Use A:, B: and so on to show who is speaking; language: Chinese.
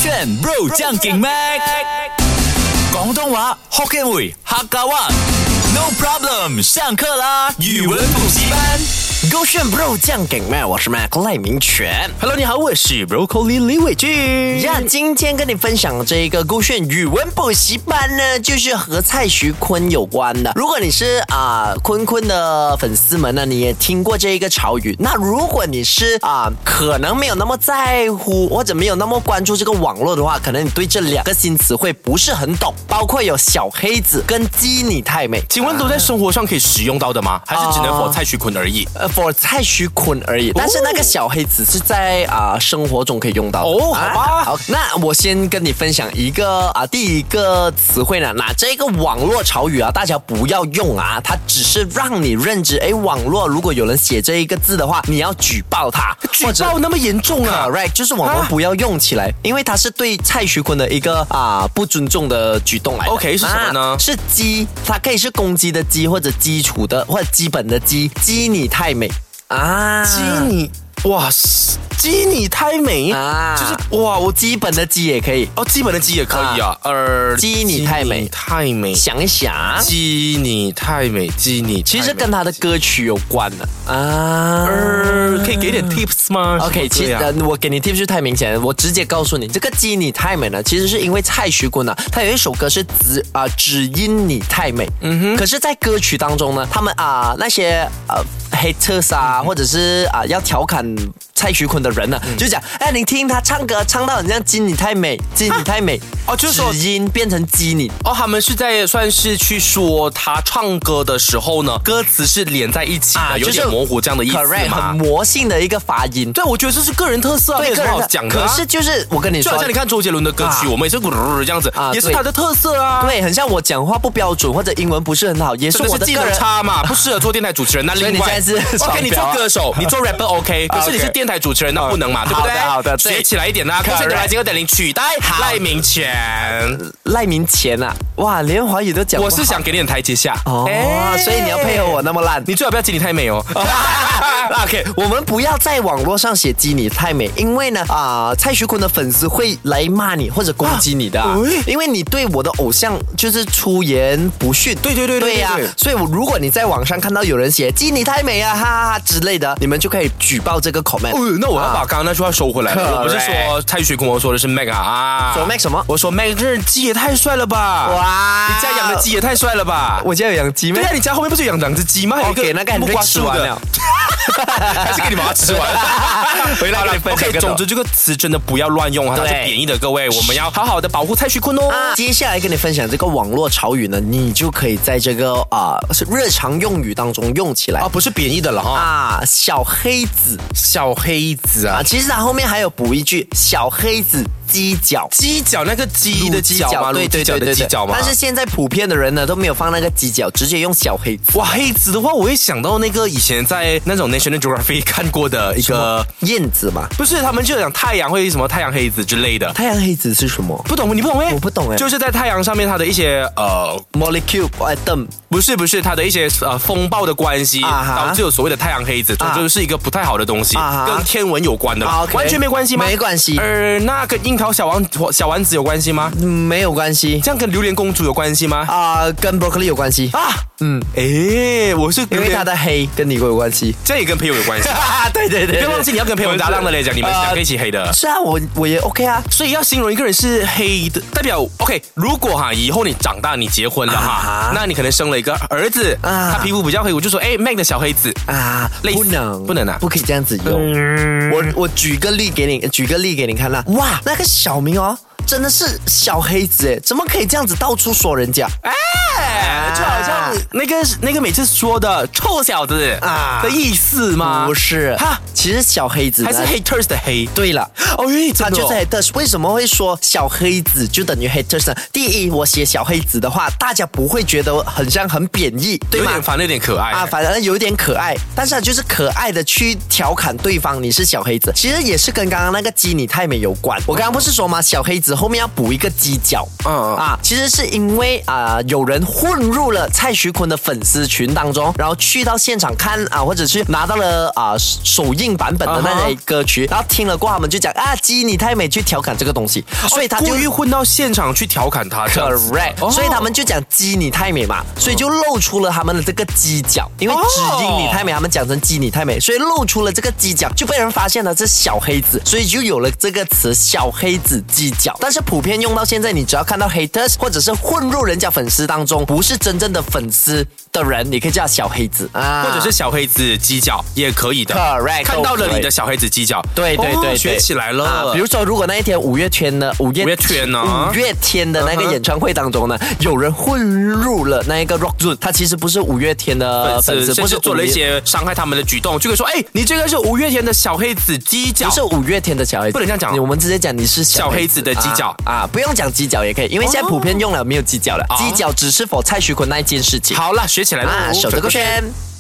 A: 炫 Bro 將勁 Mac 廣東話 Hokkien 會客家話 No problem 上課啦語文補習班
B: 勾炫 Bro 酱给麦，我是 Mac 赖明全。
A: Hello 你好，我是 Broccoli 李伟俊
B: 呀，今天跟你分享这个勾炫语文补习班呢，就是和蔡徐坤有关的。如果你是坤坤的粉丝们呢，你也听过这一个潮语。那如果你是可能没有那么在乎或者没有那么关注这个网络的话，可能你对这两个新词汇不是很懂，包括有小黑子跟基你太美。
C: 请问都在生活上可以使用到的吗？还是只能 for 蔡徐坤而已
B: ？for 蔡徐坤而已，但是那个小黑子是在生活中可以用到的
C: 哦，好吧。
B: 好，那我先跟你分享一个第一个词汇呢，那这个网络潮语大家不要用它只是让你认知，网络如果有人写这一个字的话，你要举报他，
C: 举报那么严重啊
B: ？Right， 就是网络不要用起来，因为它是对蔡徐坤的一个不尊重的举动来的。
C: OK， 是什么呢？
B: 是基，它可以是攻击的基，或者基础的，或者基本的基，基你太美。
C: 基你哇，基你太美
B: 就是哇，我基本的基也可以
C: 基本的基也可以
B: 基你太美，
C: 太美，
B: 想一想，
C: 基你太美，基你
B: 其实跟他的歌曲有关的
C: 可以给点 tips 吗
B: ？OK， 其实我给你 tips 就太明显了，我直接告诉你，这个基你太美呢，其实是因为蔡徐坤他有一首歌是只因你太美，可是在歌曲当中呢，他们那些haters 或者是要调侃蔡徐坤的人呢，就讲你听他唱歌唱到很像基你太美，基你太美
C: 就是说
B: 只因变成基你
C: 他们是在算是去说他唱歌的时候呢，歌词是连在一起的，有点模糊这样的意思嘛
B: correct， 很魔性的一个发音。
C: 对，我觉得这是个人特色
B: 对，
C: 没什么好讲的
B: 可是就是我跟你说，
C: 就好像你看周杰伦的歌曲，我们也是这样子也是他的特色
B: 对，很像我讲话不标准或者英文不是很好，也是我的
C: 技能差嘛，不适合做电台主持人。那另外，
B: 你现在是
C: OK， 你做歌手，你做 rapper OK， 可是你是电台主持人，那不能嘛，对不对？
B: 好的，
C: 学起来一点啦。科学的来金2.0取代赖明全，
B: 赖明全哇，连华语都讲不好。
C: 我是想给你点台阶下
B: 所以你要配合我那么烂，
C: 你最好不要基你太美
B: OK， 我们不要在网络上写基你太美，因为呢蔡徐坤的粉丝会来骂你或者攻击你的因为你对我的偶像就是出言不逊。对呀，所以如果你在网上看到有人写基你太美哈哈之类的，你们就可以举报这个 comment。
C: 那我要把刚刚那句话收回来了，我不是说蔡徐坤，我说的是 Mac
B: 说 Mac 什么？
C: 我说 Mac 这鸡也太帅了吧！
B: 哇，
C: 你家养的鸡也太帅了吧！
B: 我家有养鸡吗？
C: 对啊，你家后面不是有养只鸡吗？有一个
B: 那个木瓜吃完了。
C: 还是给你把它吃完
B: 回来跟你分享。
C: OK， 总之这个词真的不要乱用，它是贬义的，各位，我们要好好的保护蔡徐坤
B: 接下来跟你分享这个网络潮语呢，你就可以在这个是日常用语当中用起来
C: 不是贬义的了
B: 小黑子，
C: 小黑子
B: 其实它后面还有补一句小黑子鸡脚，
C: 鸡脚那个鸡的鸡脚吗？
B: 对，
C: 鸡脚吗？
B: 但是现在普遍的人呢都没有放那个鸡脚，直接用小黑子。
C: 哇，黑子的话，我会想到那个以前在那种 National Geographic 看过的一个
B: 燕子嘛，
C: 不是，他们就讲太阳会什么太阳黑子之类的。
B: 太阳黑子是什么？
C: 不懂，你不懂
B: 我不懂
C: 就是在太阳上面它的一些
B: molecule atom，
C: 不是它的一些风暴的关系，导致有所谓的太阳黑子，就是一个不太好的东西，跟天文有关的，完全没关系吗？
B: 没关系。
C: 那跟樱桃小丸子有关系吗？
B: 没有关系。
C: 这样跟榴莲公主有关系吗？
B: 跟 broccoli 有关系
C: 我是
B: 因为它的黑跟你有关系，
C: 这也跟朋友有关系。
B: 对，
C: 不要忘记你要跟朋友搭档的来讲，你们两个一起黑的。
B: 是我也 OK
C: 所以要形容一个人是黑的，代表 OK。如果以后你长大你结婚了那你可能生了一个儿子他皮肤比较黑，我就说Mac 的小黑子不能
B: 不可以这样子用。我举个例给你看啦。哇，那个小明真的是小黑子怎么可以这样子到处说人家？
C: 就好像那个每次说的臭小子的意思吗？
B: 不是其实小黑子
C: 还是 haters 的黑。
B: 对了他就是 haters。为什么会说小黑子就等于 haters 呢？第一，我写小黑子的话，大家不会觉得很贬义，对吗？
C: 有点反正有点可爱
B: 反正有点可爱，但是就是可爱的去调侃对方你是小黑子，其实也是跟刚刚那个基你太美有关。我刚刚不是说吗？小黑子后面要补一个犄角。其实是因为有人混入了蔡徐坤的粉丝群当中，然后去到现场看或者是拿到了首映版本的那些歌曲，然后听了过后他们就讲鸡你太美，去调侃这个东西，所以他就
C: 故意混到现场去调侃他。
B: Correct，所以他们就讲鸡你太美嘛，所以就露出了他们的这个犄角，因为只因你太美，他们讲成鸡你太美，所以露出了这个犄角，就被人发现了这小黑子，所以就有了这个词小黑子犄角。但是普遍用到现在，你只要看到 haters 或者是混入人家粉丝当中，不是真正的粉丝的人，你可以叫小黑子
C: 或者是小黑子犄角也可以的。
B: Correct，
C: 看到了你的小黑子犄角，
B: 对，
C: 学起来了。
B: 比如说，如果那一天五月天的那个演唱会当中呢，有人混入了那一个 Rock Zone， 他其实不是五月天的粉丝，
C: 不是做了一些伤害他们的举动，就可以说，你这个是五月天的小黑子犄角，
B: 不是五月天的小黑子，
C: 不能这样讲，
B: 我们直接讲你是
C: 小黑子的犄角
B: 不用讲犄角也可以，因为现在普遍用了没有犄角了，犄角只是否蔡徐坤那一件事情。
C: 好了，学起来了，
B: 守这个圈。